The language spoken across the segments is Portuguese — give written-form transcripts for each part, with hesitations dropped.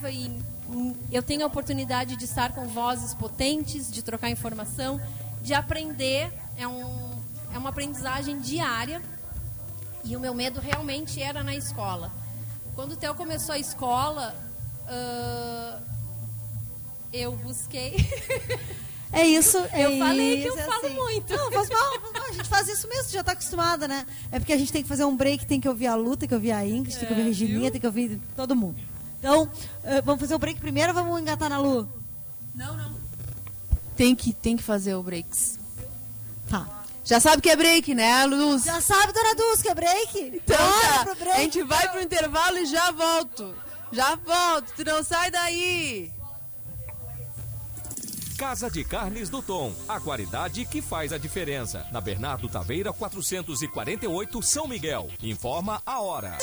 iniciativa e eu tenho a oportunidade de estar com vozes potentes, de trocar informação, de aprender. É uma aprendizagem diária e o meu medo realmente era na escola. Quando o Theo começou a escola, eu busquei... É isso. Eu falei que eu assim. falo muito. Não, faz mal. A gente faz isso mesmo, já tá acostumada, né? É porque a gente tem que fazer um break, tem que ouvir a Lu, tem que ouvir a Ingrid, tem que ouvir a Regininha, tem que ouvir todo mundo. Então, vamos fazer o break primeiro ou vamos engatar na Lu? Não. Tem que fazer o breaks. Tá. Já sabe que é break, né, Luz? Já sabe, dona Dulce, que é break? Então Bora tá, pro break. a gente vai pro intervalo e já volto. Tu não sai daí. Casa de Carnes do Tom, a qualidade que faz a diferença. Na Bernardo Taveira, 448, São Miguel. Informa a hora.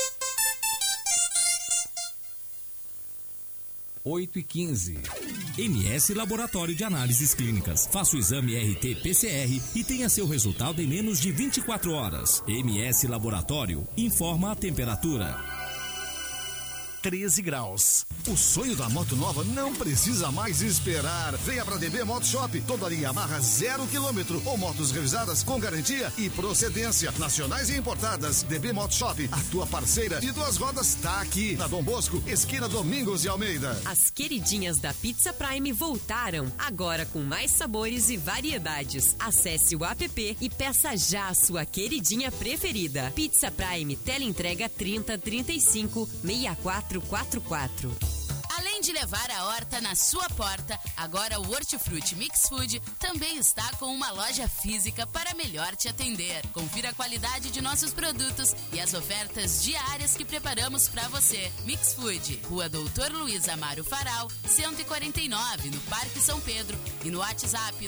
8h15. MS Laboratório de Análises Clínicas. Faça o exame RT-PCR e tenha seu resultado em menos de 24 horas. MS Laboratório informa a temperatura. 13 graus. O sonho da moto nova não precisa mais esperar. Venha pra DB Moto Shop. Toda linha Yamaha 0 km ou motos revisadas com garantia e procedência. Nacionais e importadas. DB Moto Shop, a tua parceira de duas rodas, tá aqui. Na Dom Bosco, esquina Domingos e Almeida. As queridinhas da Pizza Prime voltaram. Agora com mais sabores e variedades. Acesse o app e peça já a sua queridinha preferida. Pizza Prime, teleentrega 30 35 64 44. Além de levar a horta na sua porta, agora o Hortifruti Mix Food também está com uma loja física para melhor te atender. Confira a qualidade de nossos produtos e as ofertas diárias que preparamos para você. Mix Food, Rua Doutor Luiz Amaro Faral, 149, no Parque São Pedro e no WhatsApp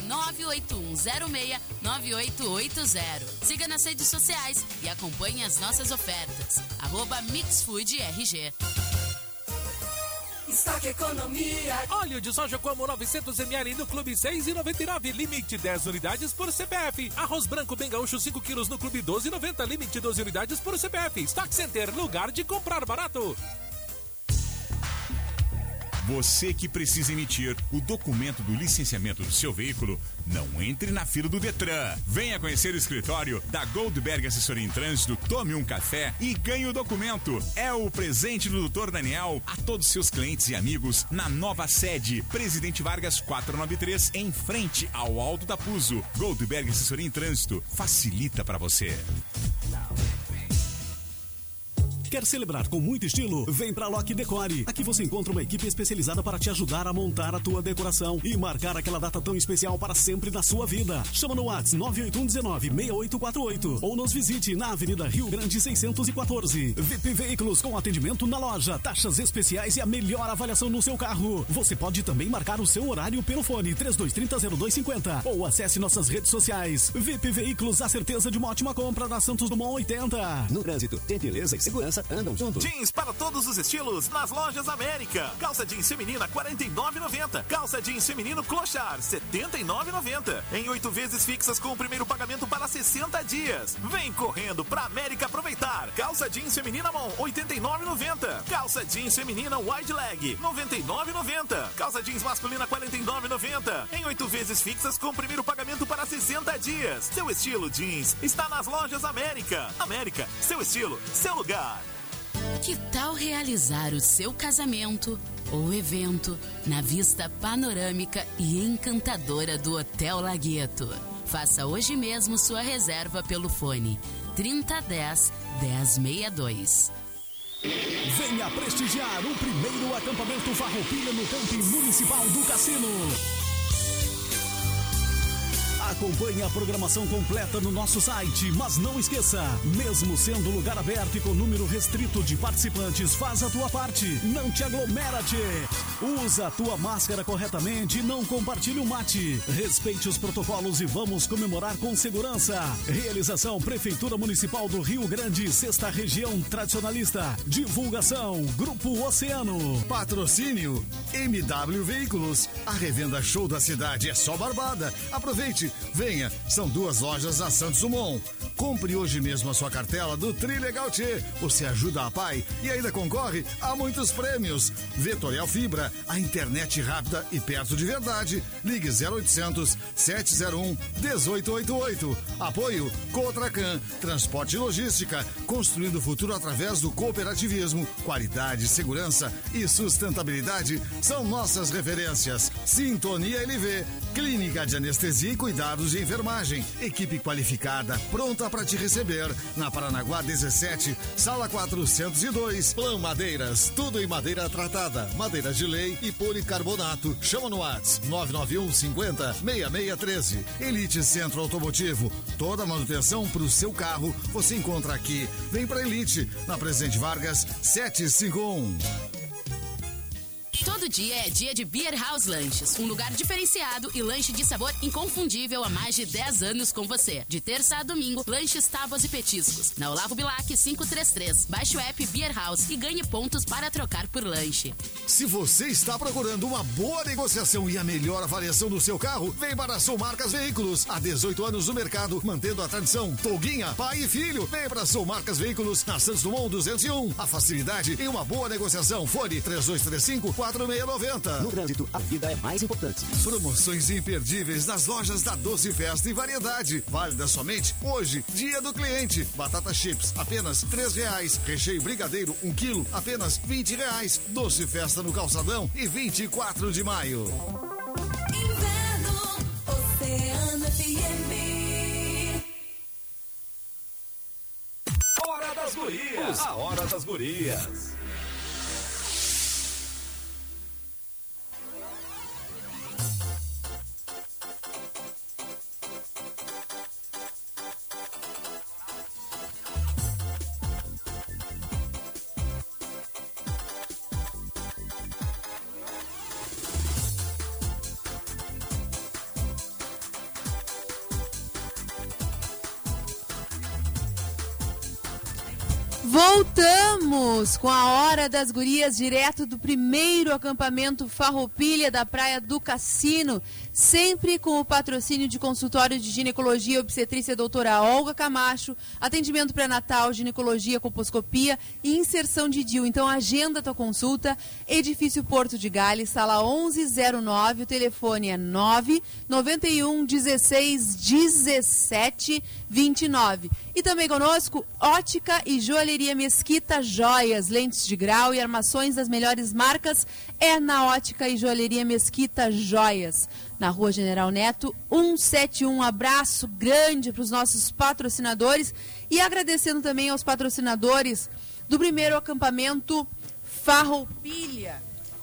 981069880. Siga nas redes sociais e acompanhe as nossas ofertas. @MixFoodRG. Estoque Economia. Óleo de soja como 900 ml no Clube 6,99. Limite 10 unidades por CPF. Arroz branco bem gaúcho 5 quilos no Clube 12,90. Limite 12 unidades por CPF. Stock Center, lugar de comprar barato. Você que precisa emitir o documento do licenciamento do seu veículo, não entre na fila do Detran. Venha conhecer o escritório da Goldberg Assessoria em Trânsito, tome um café e ganhe o documento. É o presente do Dr. Daniel a todos seus clientes e amigos na nova sede, Presidente Vargas 493, em frente ao Alto da Puzo. Goldberg Assessoria em Trânsito, facilita para você. Quer celebrar com muito estilo? Vem pra Lock Decore. Aqui você encontra uma equipe especializada para te ajudar a montar a tua decoração e marcar aquela data tão especial para sempre na sua vida. Chama no WhatsApp 981196848 ou nos visite na Avenida Rio Grande 614. VIP Veículos com atendimento na loja, taxas especiais e a melhor avaliação no seu carro. Você pode também marcar o seu horário pelo fone 3230-0250 ou acesse nossas redes sociais. VIP Veículos, a certeza de uma ótima compra na Santos Dumont 80. No trânsito, gentileza e segurança andam juntos. Jeans para todos os estilos nas lojas América. Calça jeans feminina R$ 49,90. Calça jeans feminino Clochard R$ 79,90. Em 8 vezes fixas com o primeiro pagamento para 60 dias. Vem correndo pra América aproveitar. Calça jeans feminina Mon R$ 89,90. Calça jeans feminina Wide Leg R$ 99,90. Calça jeans masculina R$ 49,90. Em 8 vezes fixas com o primeiro pagamento para 60 dias. Seu estilo jeans está nas lojas América. América, seu estilo, seu lugar. Que tal realizar o seu casamento ou evento na vista panorâmica e encantadora do Hotel Lagueto? Faça hoje mesmo sua reserva pelo fone 3010-1062. Venha prestigiar o primeiro acampamento Farroupilha no Camping Municipal do Cassino. Acompanhe a programação completa no nosso site, mas não esqueça, mesmo sendo lugar aberto e com número restrito de participantes, faz a tua parte, não te aglomera-te. Usa a tua máscara corretamente e não compartilhe o mate. Respeite os protocolos e vamos comemorar com segurança. Realização Prefeitura Municipal do Rio Grande, 6ª Região Tradicionalista. Divulgação Grupo Oceano. Patrocínio MW Veículos. A revenda show da cidade é só barbada. Aproveite. Venha, são 2 lojas na Santos Dumont. Compre hoje mesmo a sua cartela do Trilegal Tchê. Você ajuda a PAI e ainda concorre a muitos prêmios. Vetorial Fibra, a internet rápida e perto de verdade. Ligue 0800 701 1888. Apoio Cotracan, transporte e logística, construindo o futuro através do cooperativismo. Qualidade, segurança e sustentabilidade são nossas referências. Sintonia LV, clínica de anestesia e cuidados de enfermagem. Equipe qualificada, pronta para te receber. Na Paranaguá 17, sala 402. Plan Madeiras, tudo em madeira tratada, madeiras de lei e policarbonato. Chama no WhatsApp 991 50 6613. Elite Centro Automotivo, toda a manutenção para o seu carro você encontra aqui. Vem para Elite, na Presidente Vargas 751. Todo dia é dia de Beer House Lanches, um lugar diferenciado e lanche de sabor inconfundível há mais de 10 anos com você. De terça a domingo, lanches, tábuas e petiscos. Na Olavo Bilac 533. Baixe o app Beer House e ganhe pontos para trocar por lanche. Se você está procurando uma boa negociação e a melhor avaliação do seu carro, vem para a Sou Marcas Veículos. Há 18 anos no mercado, mantendo a tradição. Toguinha, pai e filho. Vem para a Sou Marcas Veículos, na Santos Dumont 201. A facilidade e uma boa negociação. Fone 3235-4690. No trânsito, a vida é mais importante. Promoções imperdíveis nas lojas da Doce Festa e Variedade. Válida somente hoje, dia do cliente. Batata chips, apenas R$3. Recheio brigadeiro, 1 quilo, apenas R$20. Doce Festa no Calçadão e 24 de maio. Inverno, Oceano FM. Hora das Gurias. A Hora das Gurias. Voltamos com a Hora das Gurias, direto do primeiro acampamento Farroupilha da Praia do Cassino, sempre com o patrocínio de consultório de ginecologia e obstetrícia doutora Olga Camacho, atendimento pré-natal, ginecologia, colposcopia e inserção de DIU. Então agenda tua consulta, edifício Porto de Gales, sala 1109, o telefone é 991 16 17 29. E também conosco, Ótica e Joalheria Mesquita Joias, lentes de grau e armações das melhores marcas é na Ótica e Joalheria Mesquita Joias, na Rua General Neto 171. Abraço grande para os nossos patrocinadores e agradecendo também aos patrocinadores do primeiro acampamento Farroupilha.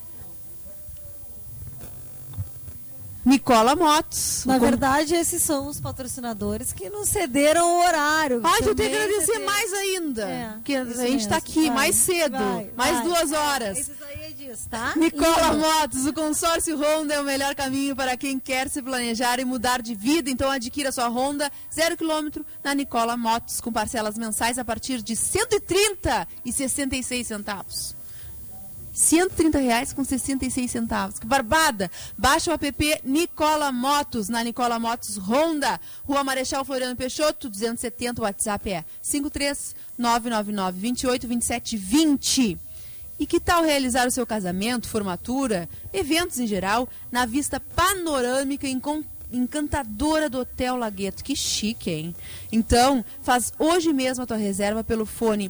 Nicola Motos. Na verdade, esses são os patrocinadores que nos cederam o horário. Ai, eu tenho que agradecer mais ainda. Que a gente está aqui mais cedo, mais 2 horas. Esses aí é disso, tá? Nicola Motos, o consórcio Honda é o melhor caminho para quem quer se planejar e mudar de vida. Então adquira sua Honda 0 km na Nicola Motos, com parcelas mensais a partir de R$130,66. R$130,66. Que barbada! Baixa o app Nicola Motos, na Nicola Motos Honda, Rua Marechal Floriano Peixoto, 270, o WhatsApp é 53999 28 27 20. E que tal realizar o seu casamento, formatura, eventos em geral, na vista panorâmica encantadora do Hotel Lagueto? Que chique, hein? Então, faz hoje mesmo a tua reserva pelo fone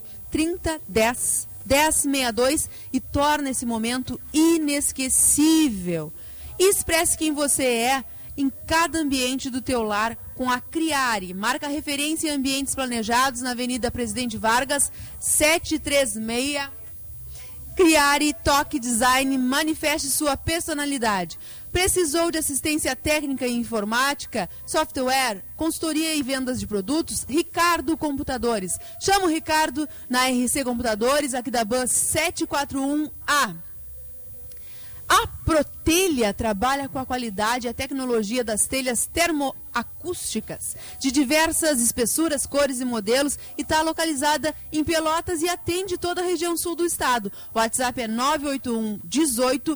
3010-1062 e torna esse momento inesquecível. E expresse quem você é em cada ambiente do teu lar com a Criare. Marca referência em ambientes planejados na Avenida Presidente Vargas, 736. Criare Toque Design, manifeste sua personalidade. Precisou de assistência técnica e informática, software, consultoria e vendas de produtos? Ricardo Computadores. Chama o Ricardo na RC Computadores, aqui da BAN 741A. A Protelha trabalha com a qualidade e a tecnologia das telhas termoacústicas de diversas espessuras, cores e modelos e está localizada em Pelotas e atende toda a região sul do estado. O WhatsApp é 981 18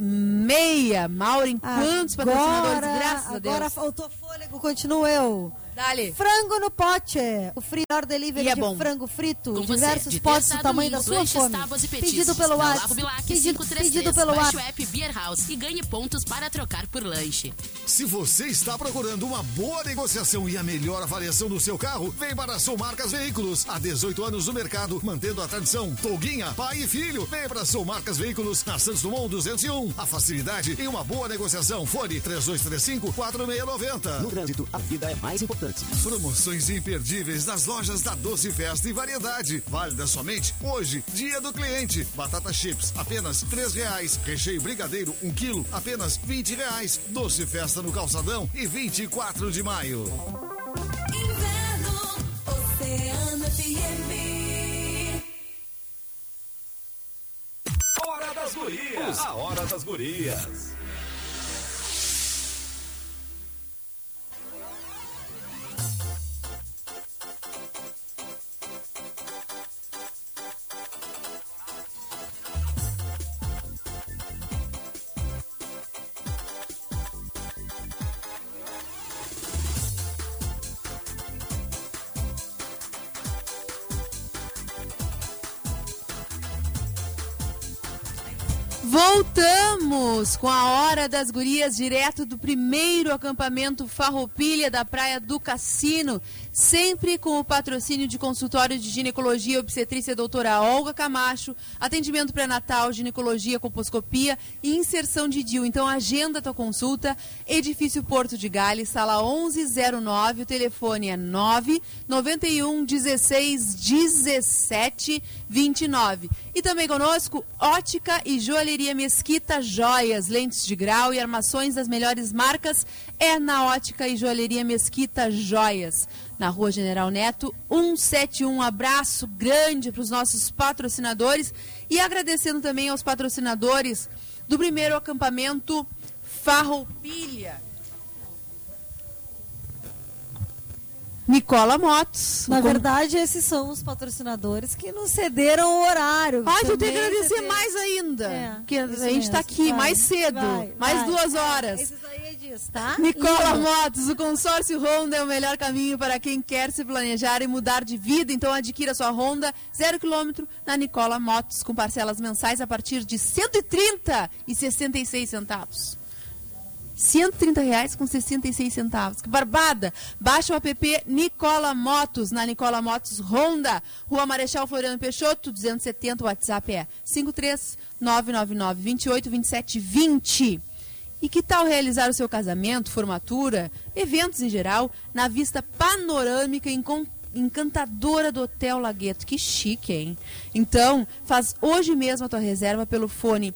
8836. Maureen, quantos patrocinadores, graças a Deus. Agora faltou fôlego, continuo eu. Dale. Frango no pote. O melhor delivery E é de bom. frango frito. Com você, Diversos de potes terça do a tamanho domingo, da sua lanches, fome. tábuas e petiscos. Pedido pelo Na WhatsApp. Largo Bilac Pedido 533. pelo Baixe o WhatsApp. app Beer House e ganhe pontos para trocar por lanche. Se você está procurando uma boa negociação e a melhor avaliação do seu carro, vem para a Sou Marcas Veículos. Há 18 anos no mercado, mantendo a tradição. Toguinha, pai e filho. Vem para a Sou Marcas Veículos, na Santos Dumont 201. A facilidade e uma boa negociação. Fone 3235-4690. No trânsito, a vida é mais importante. Promoções imperdíveis nas lojas da Doce Festa e Variedade. Válida somente hoje, dia do cliente. Batata chips, apenas R$3. Recheio brigadeiro, 1 quilo, apenas R$20. Doce Festa no Calçadão e 24 de maio. Inverno, Oceano FM. Hora das Gurias. A Hora das Gurias. Voltamos com a Hora das Gurias, direto do primeiro acampamento Farroupilha da Praia do Cassino, sempre com o patrocínio de consultório de ginecologia e obstetrícia doutora Olga Camacho, atendimento pré-natal, ginecologia, colposcopia e inserção de DIU. Então agenda tua consulta, edifício Porto de Gales, sala 1109, o telefone é 991 16 17 29. E também conosco, ótica e joalheria Mesquita Joias, lentes de grau e armações das melhores marcas é na ótica e joalheria Mesquita Joias, na Rua General Neto 171. Abraço grande para os nossos patrocinadores e agradecendo também aos patrocinadores do primeiro acampamento Farroupilha. Nicola Motos. Na verdade, esses são os patrocinadores que nos cederam o horário. Ai, eu tenho que Também agradecer ceder- mais ainda. É, Porque a isso gente está mesmo. aqui Vai, mais cedo, mais 2 horas. Esses aí é disso, tá? Nicola Indo. Motos, o consórcio Honda é o melhor caminho para quem quer se planejar e mudar de vida. Então adquira sua Honda 0 km na Nicola Motos, com parcelas mensais a partir de R$ 130,66. R$130 com 66 centavos. Que barbada! Baixa o app Nicola Motos, na Nicola Motos Honda, Rua Marechal Floriano Peixoto, 270, o WhatsApp é 53999282720. E que tal realizar o seu casamento, formatura, eventos em geral, na vista panorâmica e encantadora do Hotel Lagueto? Que chique, hein? Então, faz hoje mesmo a tua reserva pelo fone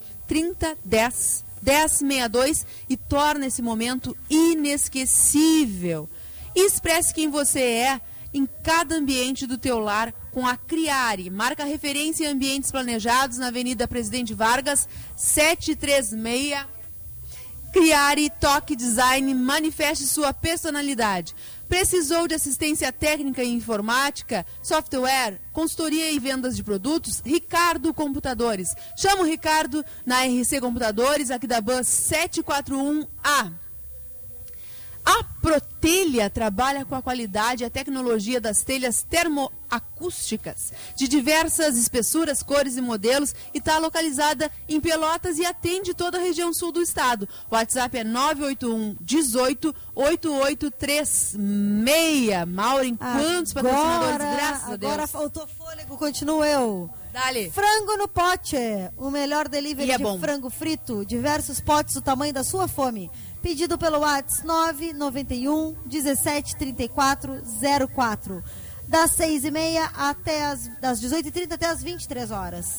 3010-1062 e torna esse momento inesquecível. E expresse quem você é em cada ambiente do teu lar com a Criare, marca referência em ambientes planejados na Avenida Presidente Vargas, 736. Criare Toque Design, manifeste sua personalidade. Precisou de assistência técnica e informática, software, consultoria e vendas de produtos? Ricardo Computadores. Chama o Ricardo na RC Computadores, aqui da BAN 741A. A Protelha trabalha com a qualidade e a tecnologia das telhas termoacústicas de diversas espessuras, cores e modelos e está localizada em Pelotas e atende toda a região sul do estado. O WhatsApp é 981 18 8836. Maureen, quantos patrocinadores? Graças a Deus. Agora faltou fôlego, continuo eu. Dale. Frango no pote, o melhor delivery E é de bom. frango frito, diversos potes do tamanho da sua fome. Pedido pelo WhatsApp 991 17 34 04. Das 6h30 até das 18h30 até as 23 horas.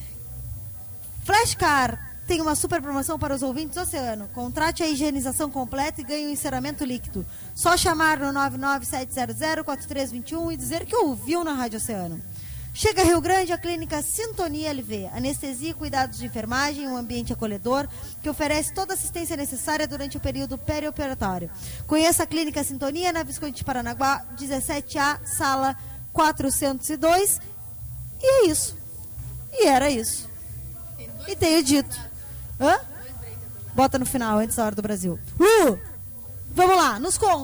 Flashcar tem uma super promoção para os ouvintes do Oceano. Contrate a higienização completa e ganhe um enceramento líquido. Só chamar no 99700-4321 e dizer que ouviu na Rádio Oceano. Chega a Rio Grande a clínica Sintonia LV, anestesia e cuidados de enfermagem, um ambiente acolhedor que oferece toda a assistência necessária durante o período perioperatório. Conheça a clínica Sintonia na Visconde de Paranaguá, 17A, sala 402. E é isso. E era isso. E tenho dito. Hã? Bota no final, antes da hora do Brasil. Vamos lá, nos conta.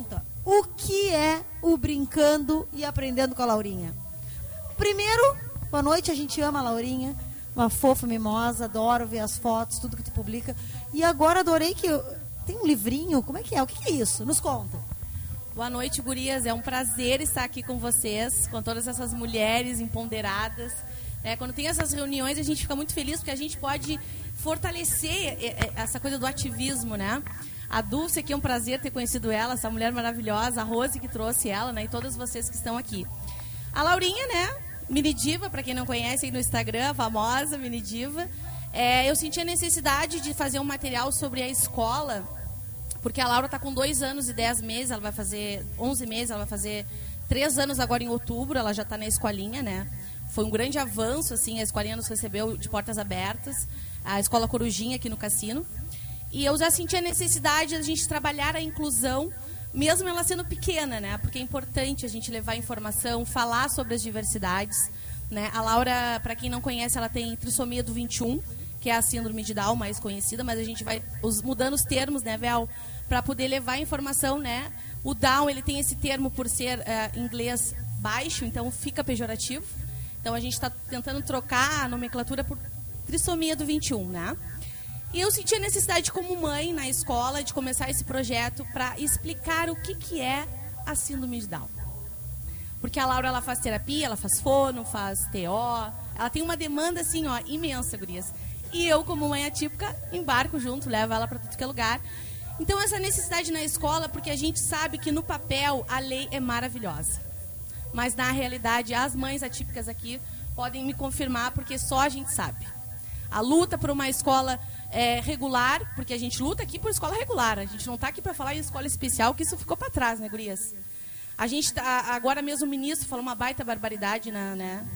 o que é o Brincando e Aprendendo com a Laurinha. Primeiro, boa noite, a gente ama a Laurinha, uma fofa, mimosa, adoro ver as fotos, tudo que tu publica. E agora adorei que tem um livrinho, como é que é? O que é isso? Nos conta. Boa noite, gurias. É um prazer estar aqui com vocês, com todas essas mulheres empoderadas. Quando tem essas reuniões, a gente fica muito feliz porque a gente pode fortalecer essa coisa do ativismo, né? A Dulce aqui é um prazer ter conhecido ela, essa mulher maravilhosa, a Rose que trouxe ela, né? E todas vocês que estão aqui. A Laurinha, né? Mini Diva, para quem não conhece aí no Instagram, a famosa Mini Diva. Eu senti a necessidade de fazer um material sobre a escola, porque a Laura está com 2 anos e 10 meses, ela vai fazer 11 meses, ela vai fazer 3 anos agora em outubro, ela já está na escolinha, né? Foi um grande avanço, assim, a escolinha nos recebeu de portas abertas, a Escola Corujinha aqui no Cassino. E eu já senti a necessidade de a gente trabalhar a inclusão, mesmo ela sendo pequena, né? Porque é importante a gente levar informação, falar sobre as diversidades, né? A Laura, para quem não conhece, ela tem trissomia do 21, que é a síndrome de Down mais conhecida, mas a gente vai mudando os termos, né, Vel, para poder levar a informação, né? O Down, ele tem esse termo por ser inglês baixo, então fica pejorativo. Então a gente está tentando trocar a nomenclatura por trissomia do 21, né? E eu senti a necessidade, como mãe, na escola, de começar esse projeto para explicar o que é a síndrome de Down. Porque a Laura, ela faz terapia, ela faz fono, faz TO, ela tem uma demanda, assim, ó, imensa, gurias. E eu, como mãe atípica, embarco junto, levo ela para tudo que é lugar. Então, essa necessidade na escola, porque a gente sabe que no papel a lei é maravilhosa. Mas, na realidade, as mães atípicas aqui podem me confirmar, porque só a gente sabe. A luta por uma escola regular, porque a gente luta aqui por escola regular. A gente não está aqui para falar em escola especial, que isso ficou para trás, né, gurias? A gente tá, agora mesmo o ministro falou uma baita barbaridade, né?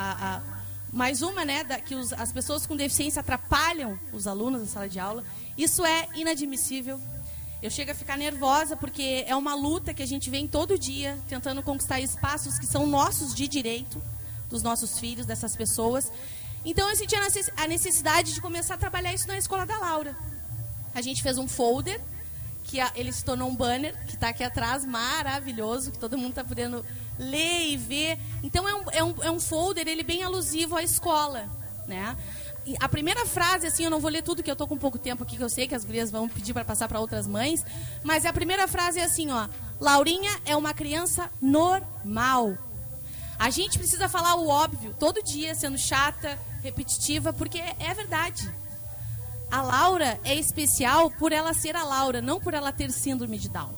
Mais uma, né, que as pessoas com deficiência atrapalham os alunos na sala de aula. Isso é inadmissível. Eu chego a ficar nervosa porque é uma luta que a gente vem todo dia tentando conquistar espaços que são nossos de direito, dos nossos filhos, dessas pessoas. Então eu senti a necessidade de começar a trabalhar isso na escola da Laura. A gente fez um folder, que ele se tornou um banner, que está aqui atrás, maravilhoso, que todo mundo está podendo ler e ver. Então é um folder, ele bem alusivo à escola, né? E a primeira frase, assim, eu não vou ler tudo, que eu estou com pouco tempo aqui, que eu sei que as gurias vão pedir para passar para outras mães, mas a primeira frase é assim, ó: Laurinha é uma criança normal. A gente precisa falar o óbvio, todo dia, sendo chata, repetitiva, porque é verdade. A Laura é especial por ela ser a Laura, não por ela ter síndrome de Down.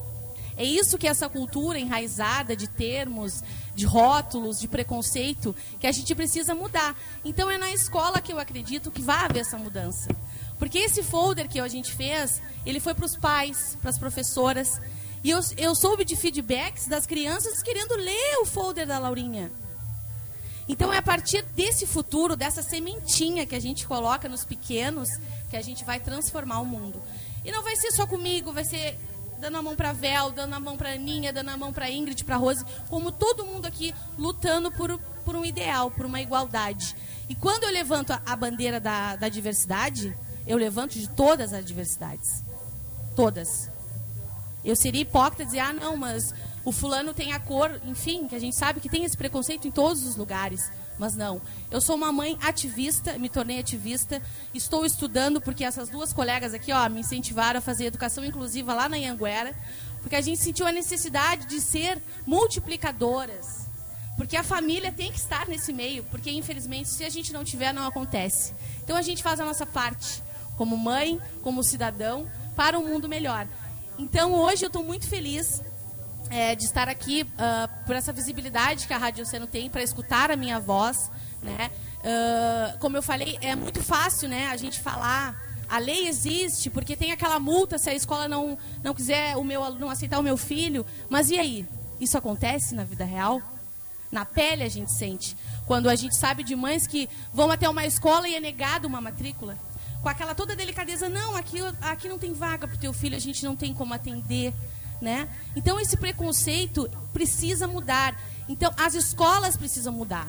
É isso que essa cultura enraizada de termos, de rótulos, de preconceito, que a gente precisa mudar. Então é na escola que eu acredito que vai haver essa mudança. Porque esse folder que a gente fez, ele foi para os pais, para as professoras. E eu soube de feedbacks das crianças querendo ler o folder da Laurinha. Então é a partir desse futuro, dessa sementinha que a gente coloca nos pequenos, que a gente vai transformar o mundo. E não vai ser só comigo, vai ser dando a mão para a Vel, dando a mão para a Aninha, dando a mão para a Ingrid, para a Rose, como todo mundo aqui lutando por um ideal, por uma igualdade. E quando eu levanto a bandeira da diversidade, eu levanto de todas as diversidades. Todas. Eu seria hipócrita dizer, ah, não, mas o fulano tem a cor, enfim, que a gente sabe que tem esse preconceito em todos os lugares. Mas não, eu sou uma mãe ativista, me tornei ativista, estou estudando porque essas duas colegas aqui, ó, me incentivaram a fazer educação inclusiva lá na Anhanguera, porque a gente sentiu a necessidade de ser multiplicadoras, porque a família tem que estar nesse meio, porque infelizmente se a gente não tiver, não acontece. Então a gente faz a nossa parte, como mãe, como cidadão, para um mundo melhor. Então hoje eu estou muito feliz de estar aqui por essa visibilidade que a Rádio Oceano tem para escutar a minha voz, né? Como eu falei, é muito fácil, né, a gente falar. A lei existe porque tem aquela multa se a escola não quiser não aceitar o meu filho. Mas e aí? Isso acontece na vida real? Na pele a gente sente. Quando a gente sabe de mães que vão até uma escola e é negada uma matrícula. Com aquela toda delicadeza, não, aqui não tem vaga para o teu filho, a gente não tem como atender. Né? Então esse preconceito precisa mudar. Então as escolas precisam mudar.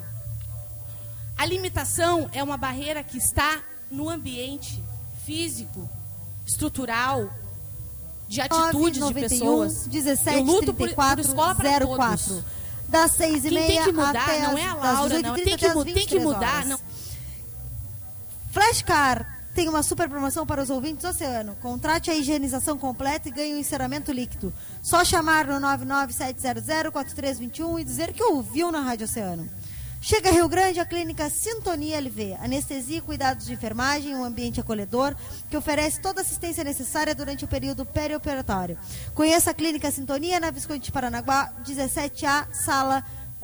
A limitação é uma barreira que está no ambiente físico, estrutural, de atitudes de pessoas. 17, eu luto 34, por escola para 04. todos. Das 6h30 Quem tem que mudar até não é a Laura, não. Tem que mudar. Não. Flashcar tem uma super promoção para os ouvintes do Oceano. Contrate a higienização completa e ganhe um enceramento líquido. Só chamar no 99700-4321 e dizer que ouviu na Rádio Oceano. Chega a Rio Grande a clínica Sintonia LV. Anestesia e cuidados de enfermagem, um ambiente acolhedor que oferece toda a assistência necessária durante o período perioperatório. Conheça a clínica Sintonia na Visconde de Paranaguá, 17A, sala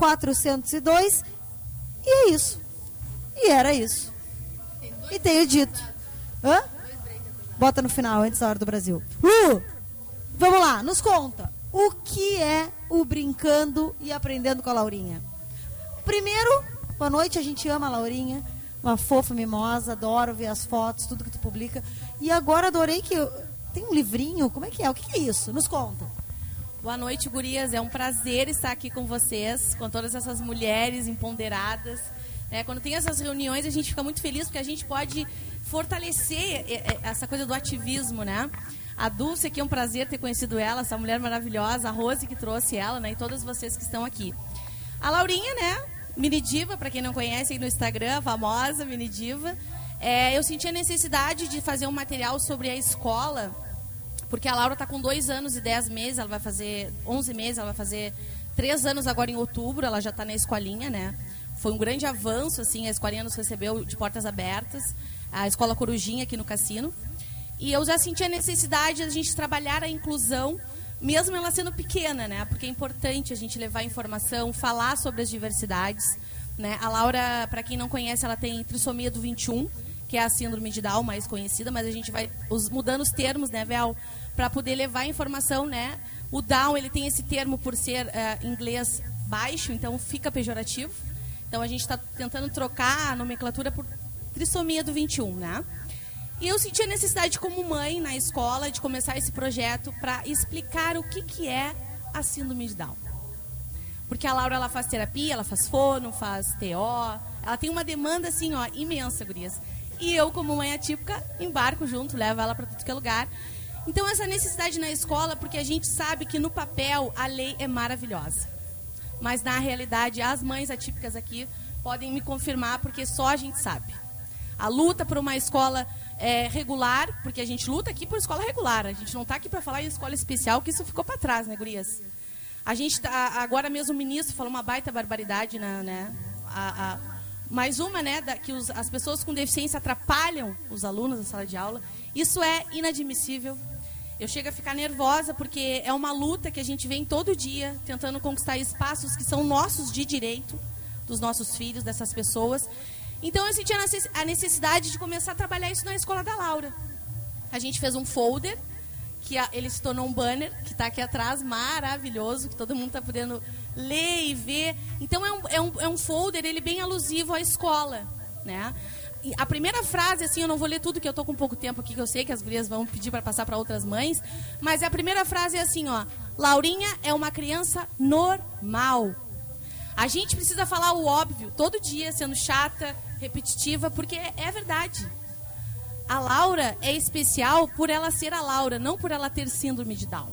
402. E é isso. E era isso. E tenho dito. Hã? Bota no final, antes da hora do Brasil. Vamos lá, nos conta. O que é o Brincando e Aprendendo com a Laurinha? Primeiro, boa noite, a gente ama a Laurinha, uma fofa, mimosa, adoro ver as fotos, tudo que tu publica. E agora adorei que tem um livrinho, como é que é? O que é isso? Nos conta. Boa noite, gurias, é um prazer estar aqui com vocês, com todas essas mulheres empoderadas. Quando tem essas reuniões, a gente fica muito feliz, porque a gente pode fortalecer essa coisa do ativismo, né? A Dulce aqui, é um prazer ter conhecido ela, essa mulher maravilhosa, a Rose que trouxe ela, né? E todas vocês que estão aqui. A Laurinha, né? Mini Diva, para quem não conhece aí no Instagram, a famosa Mini Diva. Eu senti a necessidade de fazer um material sobre a escola, porque a Laura está com 2 anos e 10 meses, ela vai fazer 11 meses, ela vai fazer 3 anos agora em outubro, ela já está na escolinha, né? Foi um grande avanço, assim, a escolinha nos recebeu de portas abertas, a Escola Corujinha aqui no Cassino. E eu já senti a necessidade de a gente trabalhar a inclusão, mesmo ela sendo pequena, né? Porque é importante a gente levar informação, falar sobre as diversidades, né? A Laura, para quem não conhece, ela tem trissomia do 21, que é a síndrome de Down mais conhecida, mas a gente vai mudando os termos, né, Vel, para poder levar a informação, né? O Down, ele tem esse termo por ser inglês baixo, então fica pejorativo. Então a gente está tentando trocar a nomenclatura por trissomia do 21, né? E eu senti a necessidade, como mãe, na escola, de começar esse projeto para explicar o que é a síndrome de Down. Porque a Laura, ela faz terapia, ela faz fono, faz TO, ela tem uma demanda, assim, ó, imensa, gurias. E eu, como mãe atípica, embarco junto, levo ela para tudo que é lugar. Então, essa necessidade na escola, porque a gente sabe que no papel a lei é maravilhosa. Mas, na realidade, as mães atípicas aqui podem me confirmar, porque só a gente sabe. A luta por uma escola regular, porque a gente luta aqui por escola regular. A gente não está aqui para falar em escola especial, que isso ficou para trás, né, gurias? A gente agora mesmo o ministro falou uma baita barbaridade, né? Mais uma, né, que as pessoas com deficiência atrapalham os alunos na sala de aula. Isso é inadmissível. Eu chego a ficar nervosa, porque é uma luta que a gente vem todo dia tentando conquistar espaços que são nossos de direito, dos nossos filhos, dessas pessoas. Então eu senti a necessidade de começar a trabalhar isso na escola da Laura. A gente fez um folder, que ele se tornou um banner, que está aqui atrás, maravilhoso, que todo mundo está podendo ler e ver. Então é um folder, ele bem alusivo à escola, né? E a primeira frase, assim, eu não vou ler tudo, que eu estou com pouco tempo aqui, que eu sei que as gurias vão pedir para passar para outras mães, mas a primeira frase é assim, ó: Laurinha é uma criança normal. A gente precisa falar o óbvio, todo dia, sendo chata, repetitiva, porque é verdade. A Laura é especial por ela ser a Laura, não por ela ter síndrome de Down.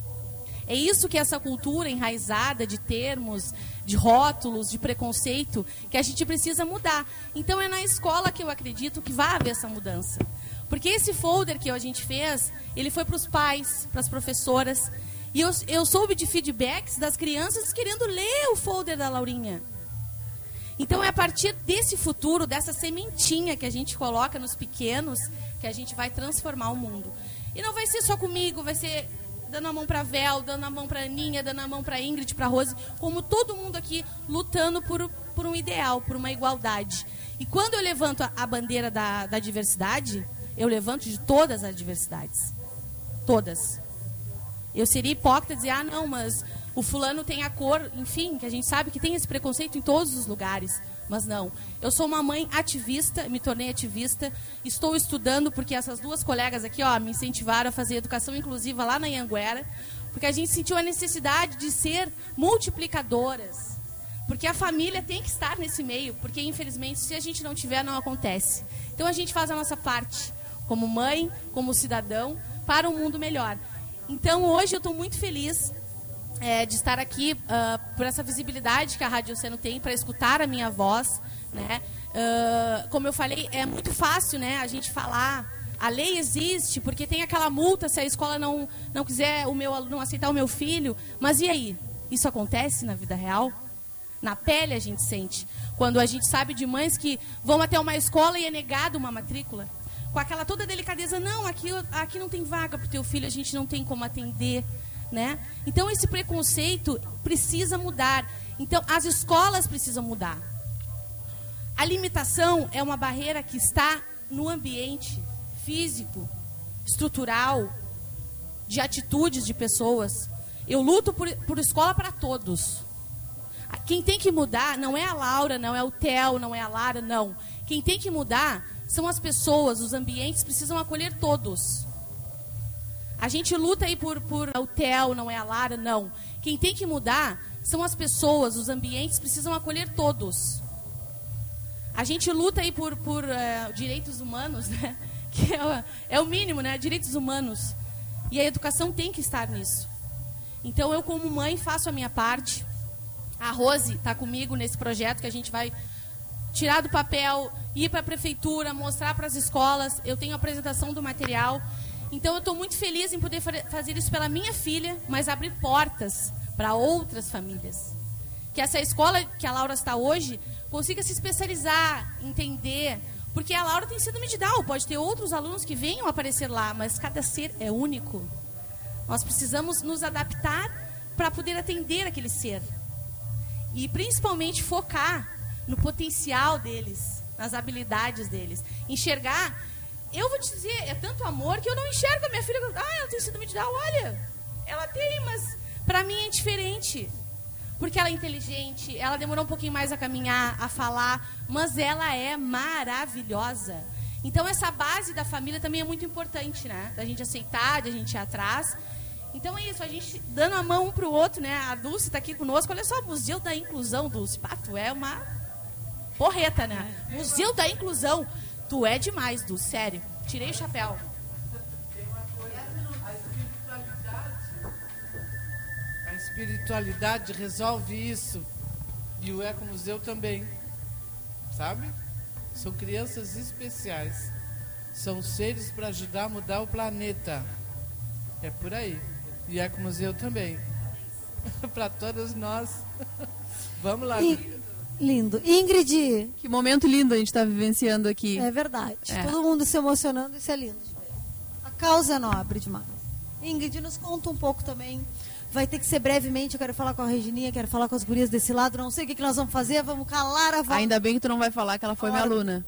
É isso que essa cultura enraizada de termos, de rótulos, de preconceito, que a gente precisa mudar. Então é na escola que eu acredito que vai haver essa mudança. Porque esse folder que a gente fez, ele foi para os pais, para as professoras. E eu soube de feedbacks das crianças querendo ler o folder da Laurinha. Então é a partir desse futuro, dessa sementinha que a gente coloca nos pequenos, que a gente vai transformar o mundo. E não vai ser só comigo, vai ser dando a mão para a Vel, dando a mão para a Aninha, dando a mão para a Ingrid, para a Rose, como todo mundo aqui lutando por um ideal, por uma igualdade. E quando eu levanto a bandeira da diversidade, eu levanto de todas as diversidades. Todas. Eu seria hipócrita dizer, não, mas o fulano tem a cor, enfim, que a gente sabe que tem esse preconceito em todos os lugares. Mas não, eu sou uma mãe ativista, me tornei ativista, estou estudando, porque essas duas colegas aqui, ó, me incentivaram a fazer educação inclusiva lá na Anhanguera, porque a gente sentiu a necessidade de ser multiplicadoras, porque a família tem que estar nesse meio, porque infelizmente se a gente não tiver, não acontece. Então a gente faz a nossa parte, como mãe, como cidadão, para um mundo melhor. Então, hoje eu estou muito feliz de estar aqui por essa visibilidade que a Rádio Oceano tem para escutar a minha voz, né? Como eu falei, é muito fácil, né, a gente falar. A lei existe porque tem aquela multa se a escola não quiser não aceitar o meu filho. Mas e aí? Isso acontece na vida real? Na pele a gente sente. Quando a gente sabe de mães que vão até uma escola e é negada uma matrícula. Com aquela toda delicadeza, não, aqui não tem vaga para o teu filho, a gente não tem como atender, né? Então esse preconceito precisa mudar. Então as escolas precisam mudar. A limitação é uma barreira que está no ambiente físico, estrutural, de atitudes de pessoas. Eu luto por escola para todos. Quem tem que mudar não é a Laura, não é o Theo, não é a Lara, não. Quem tem que mudar são as pessoas, os ambientes precisam acolher todos. A gente luta aí por o Theo, não é a Lara, não. Quem tem que mudar são as pessoas, os ambientes precisam acolher todos. A gente luta aí por direitos humanos, né? Que é o mínimo, né? Direitos humanos. E a educação tem que estar nisso. Então eu, como mãe, faço a minha parte. A Rose está comigo nesse projeto que a gente vai tirar do papel, ir para a prefeitura, mostrar para as escolas. Eu tenho a apresentação do material. Então eu estou muito feliz em poder fazer isso pela minha filha, mas abrir portas para outras famílias. Que essa escola que a Laura está hoje consiga se especializar, entender. Porque a Laura tem síndrome de Down, pode ter outros alunos que venham aparecer lá, mas cada ser é único. Nós precisamos nos adaptar para poder atender aquele ser. E principalmente focar no potencial deles, nas habilidades deles. Enxergar, eu vou te dizer, é tanto amor que eu não enxergo a minha filha. Ela tem síndrome de Down, olha, ela tem, mas para mim é diferente. Porque ela é inteligente, ela demorou um pouquinho mais a caminhar, a falar, mas ela é maravilhosa. Então essa base da família também é muito importante, né? Da gente aceitar, da gente ir atrás. Então é isso, a gente dando a mão um pro outro, né? A Dulce está aqui conosco. Olha só, o Museu da Inclusão, Dulce. Pá, tu é uma porreta, né? Museu da Inclusão. Tu é demais, Dulce, sério. Tirei o chapéu. A espiritualidade resolve isso. E o Ecomuseu também. Sabe? São crianças especiais. São seres para ajudar a mudar o planeta. É por aí. E o Ecomuseu também. Para todas nós. Vamos lá. Lindo. Ingrid. Que momento lindo a gente está vivenciando aqui. É verdade. Todo mundo se emocionando, isso é lindo. A causa é nobre demais. Ingrid, nos conta um pouco também. Vai ter que ser brevemente, eu quero falar com a Regininha, quero falar com as gurias desse lado, não sei o que nós vamos fazer, vamos calar a voz. Ainda bem que tu não vai falar que ela foi minha aluna.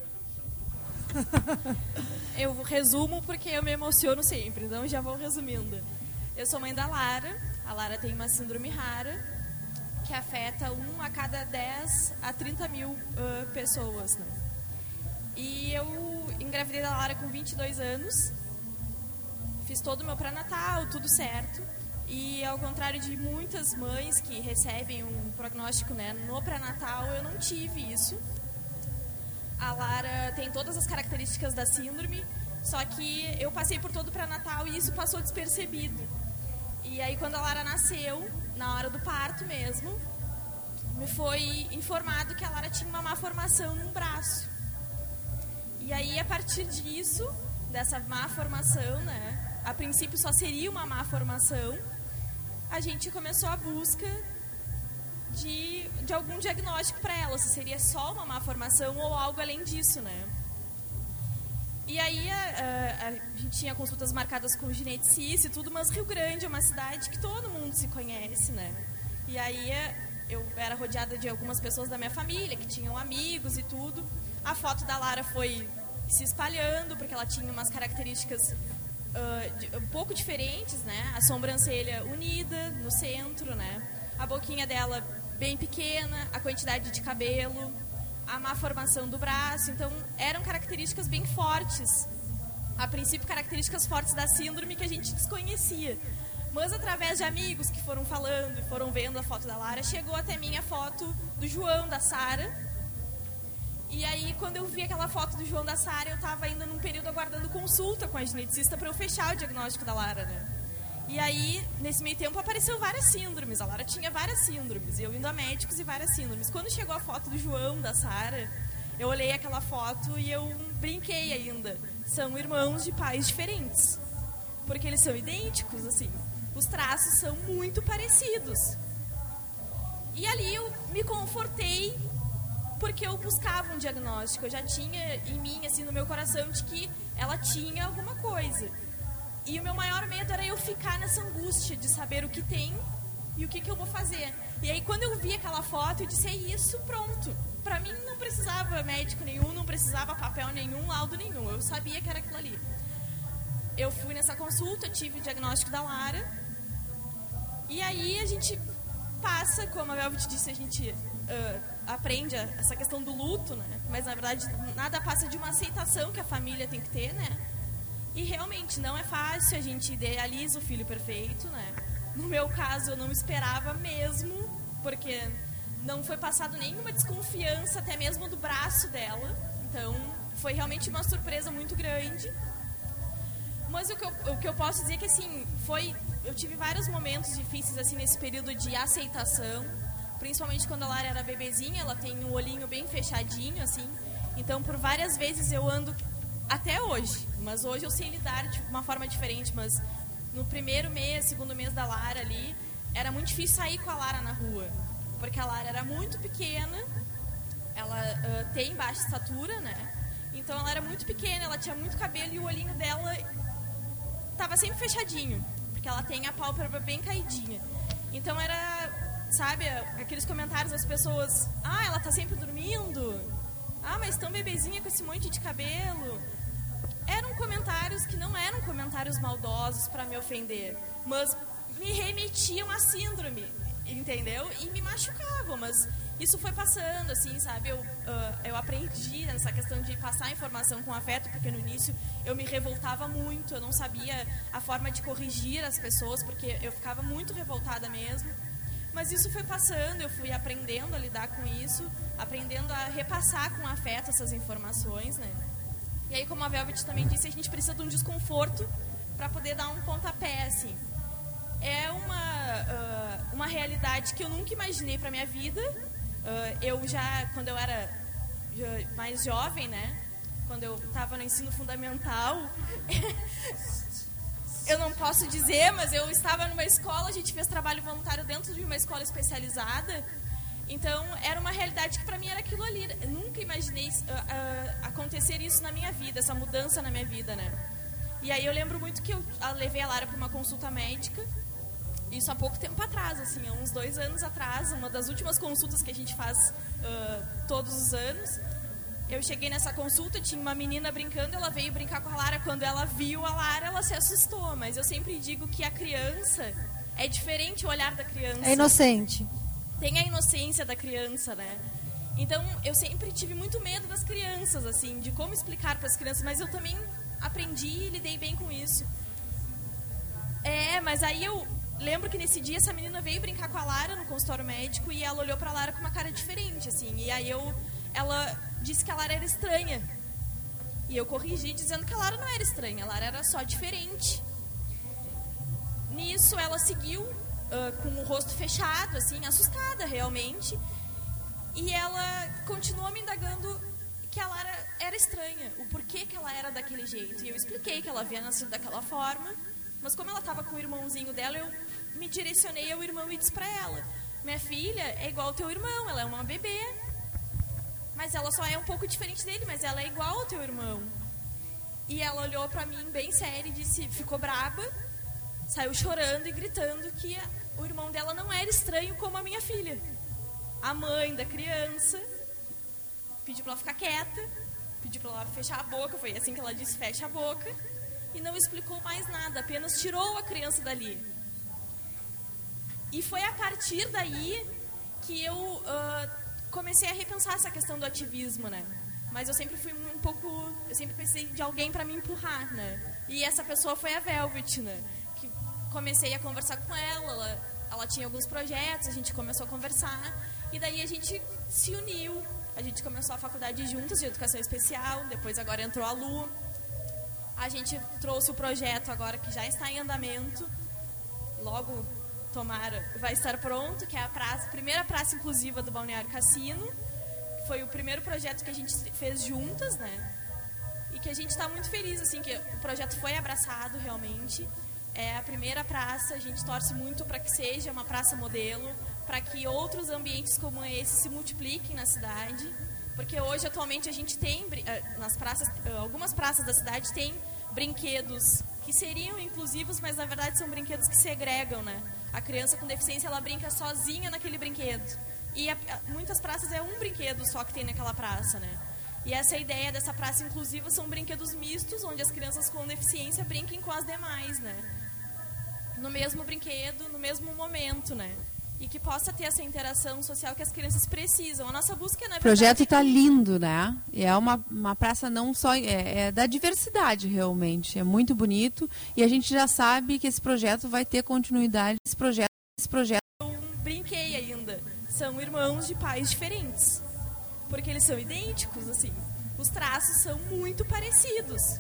Eu resumo porque eu me emociono sempre, então já vou resumindo. Eu sou mãe da Lara, a Lara tem uma síndrome rara, que afeta 1 a cada 10 a 30 mil pessoas. Né? E eu engravidei da Lara com 22 anos, fiz todo o meu pré-natal, tudo certo. E ao contrário de muitas mães que recebem um prognóstico, né, no pré-natal, eu não tive isso. A Lara tem todas as características da síndrome, só que eu passei por todo o pré-natal e isso passou despercebido. E aí quando a Lara nasceu, na hora do parto mesmo, me foi informado que a Lara tinha uma má formação num braço. E aí a partir disso, dessa má formação, né, a princípio só seria uma má formação, a gente começou a busca de algum diagnóstico para ela, se seria só uma má formação ou algo além disso, né? E aí a gente tinha consultas marcadas com gineticista e tudo, mas Rio Grande é uma cidade que todo mundo se conhece, né? E aí eu era rodeada de algumas pessoas da minha família, que tinham amigos e tudo. A foto da Lara foi se espalhando, porque ela tinha umas características um pouco diferentes, né? A sobrancelha unida no centro, né? A boquinha dela bem pequena, a quantidade de cabelo, a má formação do braço. Então, eram características bem fortes. A princípio, características fortes da síndrome que a gente desconhecia. Mas, através de amigos que foram falando, foram vendo a foto da Lara, chegou até mim a foto do João, da Sara. E aí, quando eu vi aquela foto do João, da Sara, eu estava ainda num período aguardando consulta com a geneticista para eu fechar o diagnóstico da Lara, né? E aí, nesse meio tempo, apareceu várias síndromes. A Lara tinha várias síndromes. Eu indo a médicos e várias síndromes. Quando chegou a foto do João, da Sara, eu olhei aquela foto e eu brinquei ainda. São irmãos de pais diferentes. Porque eles são idênticos, assim. Os traços são muito parecidos. E ali eu me confortei porque eu buscava um diagnóstico. Eu já tinha em mim, assim, no meu coração, de que ela tinha alguma coisa. E o meu maior medo era eu ficar nessa angústia de saber o que tem e o que eu vou fazer. E aí, quando eu vi aquela foto, eu disse, é isso, pronto. Pra mim, não precisava médico nenhum, não precisava papel nenhum, laudo nenhum. Eu sabia que era aquilo ali. Eu fui nessa consulta, tive o diagnóstico da Lara. E aí, a gente passa, como a Velvet disse, a gente aprende essa questão do luto, né? Mas, na verdade, nada passa de uma aceitação que a família tem que ter, né? E realmente não é fácil, a gente idealiza o filho perfeito, né? No meu caso, eu não esperava mesmo, porque não foi passado nenhuma desconfiança, até mesmo do braço dela. Então, foi realmente uma surpresa muito grande. Mas o que eu posso dizer é que, assim, eu tive vários momentos difíceis, assim, nesse período de aceitação. Principalmente quando a Lara era bebezinha, ela tem um olhinho bem fechadinho, assim. Então, por várias vezes eu ando... Até hoje, mas hoje eu sei lidar de uma forma diferente, mas no primeiro mês, segundo mês da Lara ali, era muito difícil sair com a Lara na rua, porque a Lara era muito pequena, ela tem baixa estatura, né? Então ela era muito pequena, ela tinha muito cabelo e o olhinho dela estava sempre fechadinho, porque ela tem a pálpebra bem caidinha. Então era, sabe, aqueles comentários das pessoas, ela tá sempre dormindo, mas tão bebezinha com esse monte de cabelo. Eram comentários que não eram comentários maldosos para me ofender, mas me remetiam à síndrome, entendeu? E me machucavam, mas isso foi passando, assim, sabe? Eu aprendi nessa questão de passar informação com afeto, porque no início eu me revoltava muito, eu não sabia a forma de corrigir as pessoas, porque eu ficava muito revoltada mesmo. Mas isso foi passando, eu fui aprendendo a lidar com isso, aprendendo a repassar com afeto essas informações, né? E aí, como a Velvet também disse, a gente precisa de um desconforto para poder dar um pontapé, assim. É uma realidade que eu nunca imaginei para minha vida. Eu já, quando eu era mais jovem, né? Quando eu estava no ensino fundamental... Eu não posso dizer, mas eu estava numa escola, a gente fez trabalho voluntário dentro de uma escola especializada. Então, era uma realidade que para mim era aquilo ali. Eu nunca imaginei acontecer isso na minha vida, essa mudança na minha vida, né? E aí eu lembro muito que eu levei a Lara para uma consulta médica, isso há pouco tempo atrás, assim, há uns 2 anos atrás, uma das últimas consultas que a gente faz todos os anos. Eu cheguei nessa consulta, tinha uma menina brincando, ela veio brincar com a Lara. Quando ela viu a Lara, ela se assustou. Mas eu sempre digo que a criança, é diferente o olhar da criança. É inocente. Tem a inocência da criança, né? Então, eu sempre tive muito medo das crianças, assim, de como explicar para as crianças. Mas eu também aprendi e lidei bem com isso. Mas aí eu lembro que nesse dia essa menina veio brincar com a Lara no consultório médico e ela olhou para a Lara com uma cara diferente, assim. E aí ela disse que a Lara era estranha. E eu corrigi dizendo que a Lara não era estranha, a Lara era só diferente. Nisso ela seguiu com o rosto fechado, assim, assustada realmente. E ela continuou me indagando que a Lara era estranha, o porquê que ela era daquele jeito. E eu expliquei que ela havia nascido daquela forma, mas como ela estava com o irmãozinho dela, eu me direcionei ao irmão e disse pra ela: minha filha é igual ao teu irmão, ela é uma bebê. Mas ela só é um pouco diferente dele, mas ela é igual ao teu irmão. E ela olhou pra mim bem séria e disse, ficou braba, saiu chorando e gritando que o irmão dela não era estranho como a minha filha. A mãe da criança pediu pra ela ficar quieta, pediu pra ela fechar a boca, foi assim que ela disse, fecha a boca, e não explicou mais nada, apenas tirou a criança dali. E foi a partir daí que eu... comecei a repensar essa questão do ativismo, né? Mas eu sempre fui eu sempre precisei de alguém para me empurrar, né? E essa pessoa foi a Velvet, né? Que comecei a conversar com ela tinha alguns projetos, a gente começou a conversar, e daí a gente se uniu, a gente começou a faculdade juntas de educação especial, depois agora entrou a Lu, a gente trouxe o projeto agora que já está em andamento, logo vai estar pronto, que é a primeira praça inclusiva do Balneário Cassino. Foi o primeiro projeto que a gente fez juntas, né? E que a gente está muito feliz, assim, que o projeto foi abraçado realmente. É a primeira praça, a gente torce muito para que seja uma praça modelo, para que outros ambientes como esse se multipliquem na cidade. Porque hoje, atualmente, a gente tem, nas praças, algumas praças da cidade tem brinquedos que seriam inclusivos, mas na verdade são brinquedos que segregam, né? A criança com deficiência, ela brinca sozinha naquele brinquedo. E muitas praças é um brinquedo só que tem naquela praça, né? E essa ideia dessa praça inclusiva são brinquedos mistos, onde as crianças com deficiência brinquem com as demais, né? No mesmo brinquedo, no mesmo momento, né? E que possa ter essa interação social que as crianças precisam. A nossa busca, na verdade... O projeto está lindo, né? É uma praça não só... É da diversidade, realmente. É muito bonito. E a gente já sabe que esse projeto vai ter continuidade. Esse projeto... Eu brinquei ainda. São irmãos de pais diferentes. Porque eles são idênticos, assim. Os traços são muito parecidos.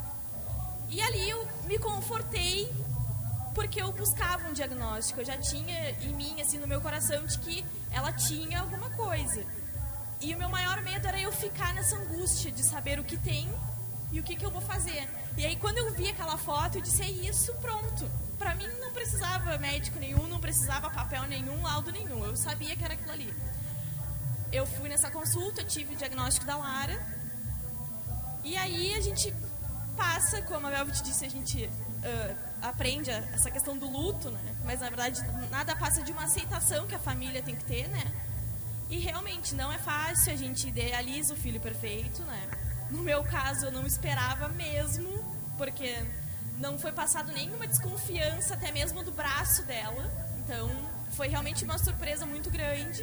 E ali eu me confortei... porque eu buscava um diagnóstico, eu já tinha em mim, assim, no meu coração, de que ela tinha alguma coisa. E o meu maior medo era eu ficar nessa angústia de saber o que tem e o que eu vou fazer. E aí, quando eu vi aquela foto, eu disse, é isso, pronto. Pra mim, não precisava médico nenhum, não precisava papel nenhum, laudo nenhum. Eu sabia que era aquilo ali. Eu fui nessa consulta, tive o diagnóstico da Lara. E aí, a gente passa, como a Velvet disse, a gente... aprende essa questão do luto, né? Mas na verdade nada passa de uma aceitação que a família tem que ter, né? E realmente não é fácil, a gente idealiza o filho perfeito, né? No meu caso eu não esperava mesmo, porque não foi passado nenhuma desconfiança até mesmo do braço dela, então foi realmente uma surpresa muito grande.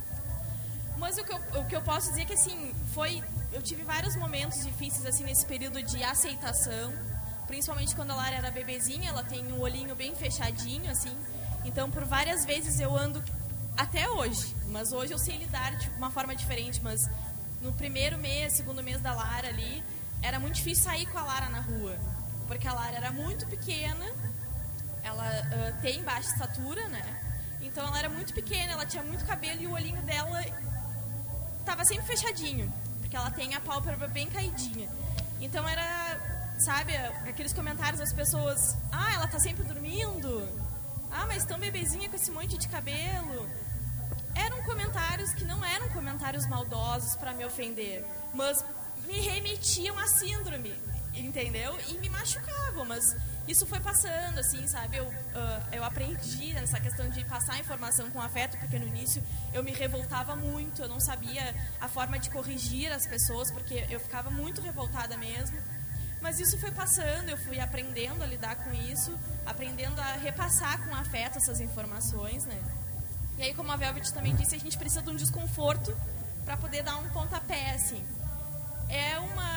Mas o que eu posso dizer é que assim, eu tive vários momentos difíceis assim nesse período de aceitação. Principalmente quando a Lara era bebezinha, ela tem um olhinho bem fechadinho, assim. Então, por várias vezes eu ando, até hoje, mas hoje eu sei lidar de uma forma diferente, mas no primeiro mês, segundo mês da Lara ali, era muito difícil sair com a Lara na rua, porque a Lara era muito pequena, ela tem baixa estatura, né? Então ela era muito pequena, ela tinha muito cabelo e o olhinho dela estava sempre fechadinho, porque ela tem a pálpebra bem caidinha. Então era... Sabe, aqueles comentários das pessoas, ela tá sempre dormindo, mas tão bebezinha com esse monte de cabelo. Eram comentários que não eram comentários maldosos para me ofender, mas me remetiam à síndrome, entendeu? E me machucavam, mas isso foi passando, assim, sabe? Eu aprendi nessa questão de passar a informação com afeto, porque no início eu me revoltava muito, eu não sabia a forma de corrigir as pessoas, porque eu ficava muito revoltada mesmo. Mas isso foi passando, eu fui aprendendo a lidar com isso, aprendendo a repassar com afeto essas informações, né? E aí, como a Velvet também disse, a gente precisa de um desconforto para poder dar um pontapé, assim. É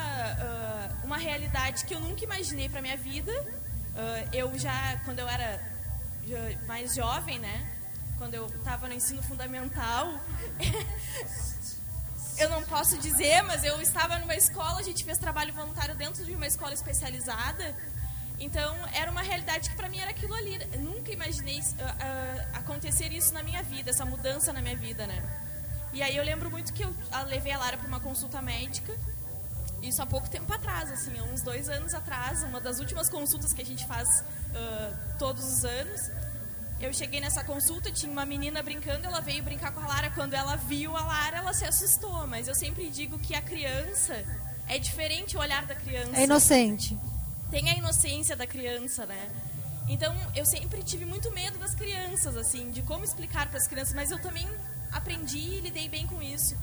uma realidade que eu nunca imaginei para minha vida. Eu já, quando eu era mais jovem, né? Quando eu estava no ensino fundamental... Eu não posso dizer, mas eu estava numa escola, a gente fez trabalho voluntário dentro de uma escola especializada. Então, era uma realidade que para mim era aquilo ali. Eu nunca imaginei acontecer isso na minha vida, essa mudança na minha vida, né? E aí eu lembro muito que eu levei a Lara para uma consulta médica, isso há pouco tempo atrás, assim, há uns 2 anos atrás, uma das últimas consultas que a gente faz todos os anos. Eu cheguei nessa consulta, tinha uma menina brincando, ela veio brincar com a Lara. Quando ela viu a Lara, ela se assustou. Mas eu sempre digo que a criança, é diferente o olhar da criança. É inocente. Tem a inocência da criança, né? Então, eu sempre tive muito medo das crianças, assim, de como explicar para as crianças. Mas eu também aprendi e lidei bem com isso.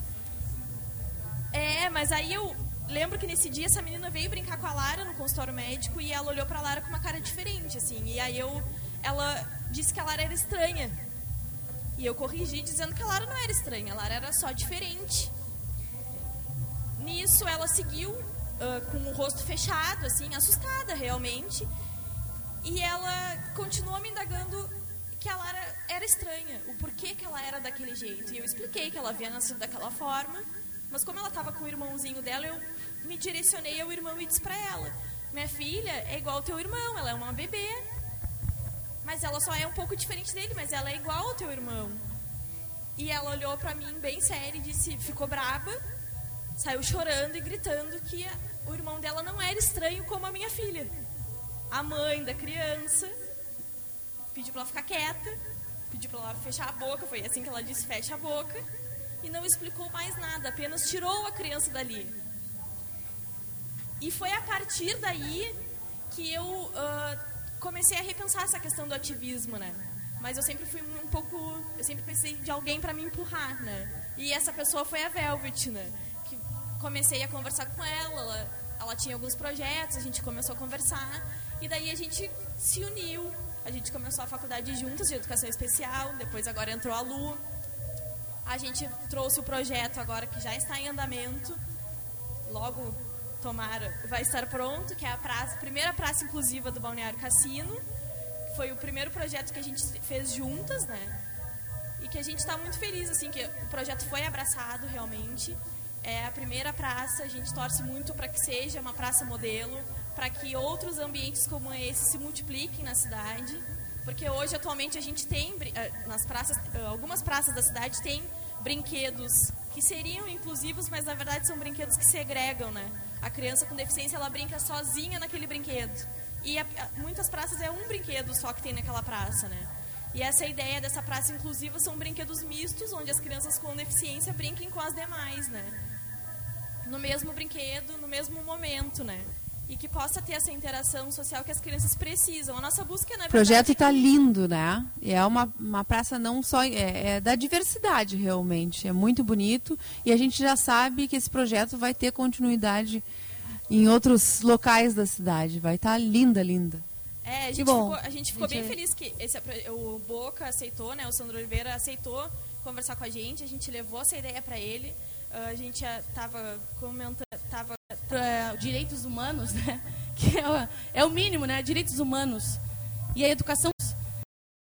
Mas aí eu lembro que nesse dia essa menina veio brincar com a Lara no consultório médico e ela olhou para a Lara com uma cara diferente, assim. E aí ela disse que a Lara era estranha. E eu corrigi dizendo que a Lara não era estranha, a Lara era só diferente. Nisso ela seguiu com o rosto fechado, assim, assustada realmente. E ela continuou me indagando que a Lara era estranha, o porquê que ela era daquele jeito. E eu expliquei que ela havia nascido daquela forma, mas como ela estava com o irmãozinho dela, eu me direcionei ao irmão e disse pra ela: minha filha é igual ao teu irmão, ela é uma bebê. mas ela só é um pouco diferente dele, mas ela é igual ao teu irmão. E ela olhou pra mim bem séria e disse, ficou braba, saiu chorando e gritando que o irmão dela não era estranho como a minha filha. A mãe da criança pediu pra ela ficar quieta, pediu pra ela fechar a boca, foi assim que ela disse, fecha a boca, e não explicou mais nada, apenas tirou a criança dali. E foi a partir daí que eu comecei a repensar essa questão do ativismo, né? Mas eu sempre fui eu sempre precisei de alguém para me empurrar, né? E essa pessoa foi a Velvet, né? Que comecei a conversar com ela tinha alguns projetos, a gente começou a conversar, e daí a gente se uniu, a gente começou a faculdade juntas de educação especial, depois agora entrou a Lu, a gente trouxe o projeto agora que já está em andamento, logo, tomara, vai estar pronto, que é a primeira praça inclusiva do Balneário Cassino. Foi o primeiro projeto que a gente fez juntas, né? E que a gente está muito feliz, assim, que o projeto foi abraçado realmente. É a primeira praça, a gente torce muito para que seja uma praça modelo, para que outros ambientes como esse se multipliquem na cidade. Porque hoje, atualmente, a gente tem, nas praças, algumas praças da cidade tem brinquedos que seriam inclusivos, mas na verdade são brinquedos que segregam, né? A criança com deficiência, ela brinca sozinha naquele brinquedo. E muitas praças é um brinquedo só que tem naquela praça, né? E essa ideia dessa praça inclusiva são brinquedos mistos, onde as crianças com deficiência brinquem com as demais, né? No mesmo brinquedo, no mesmo momento, né? E que possa ter essa interação social que as crianças precisam. A nossa busca, na verdade... O projeto está lindo, né? É uma praça não só... É da diversidade, realmente. É muito bonito. E a gente já sabe que esse projeto vai ter continuidade em outros locais da cidade. Vai estar linda, linda. A gente ficou bem feliz que o Boca aceitou, né? O Sandro Oliveira aceitou conversar com a gente. A gente levou essa ideia para ele. A gente estava comentando... Direitos humanos, né? Que é o mínimo, né? Direitos humanos. E a educação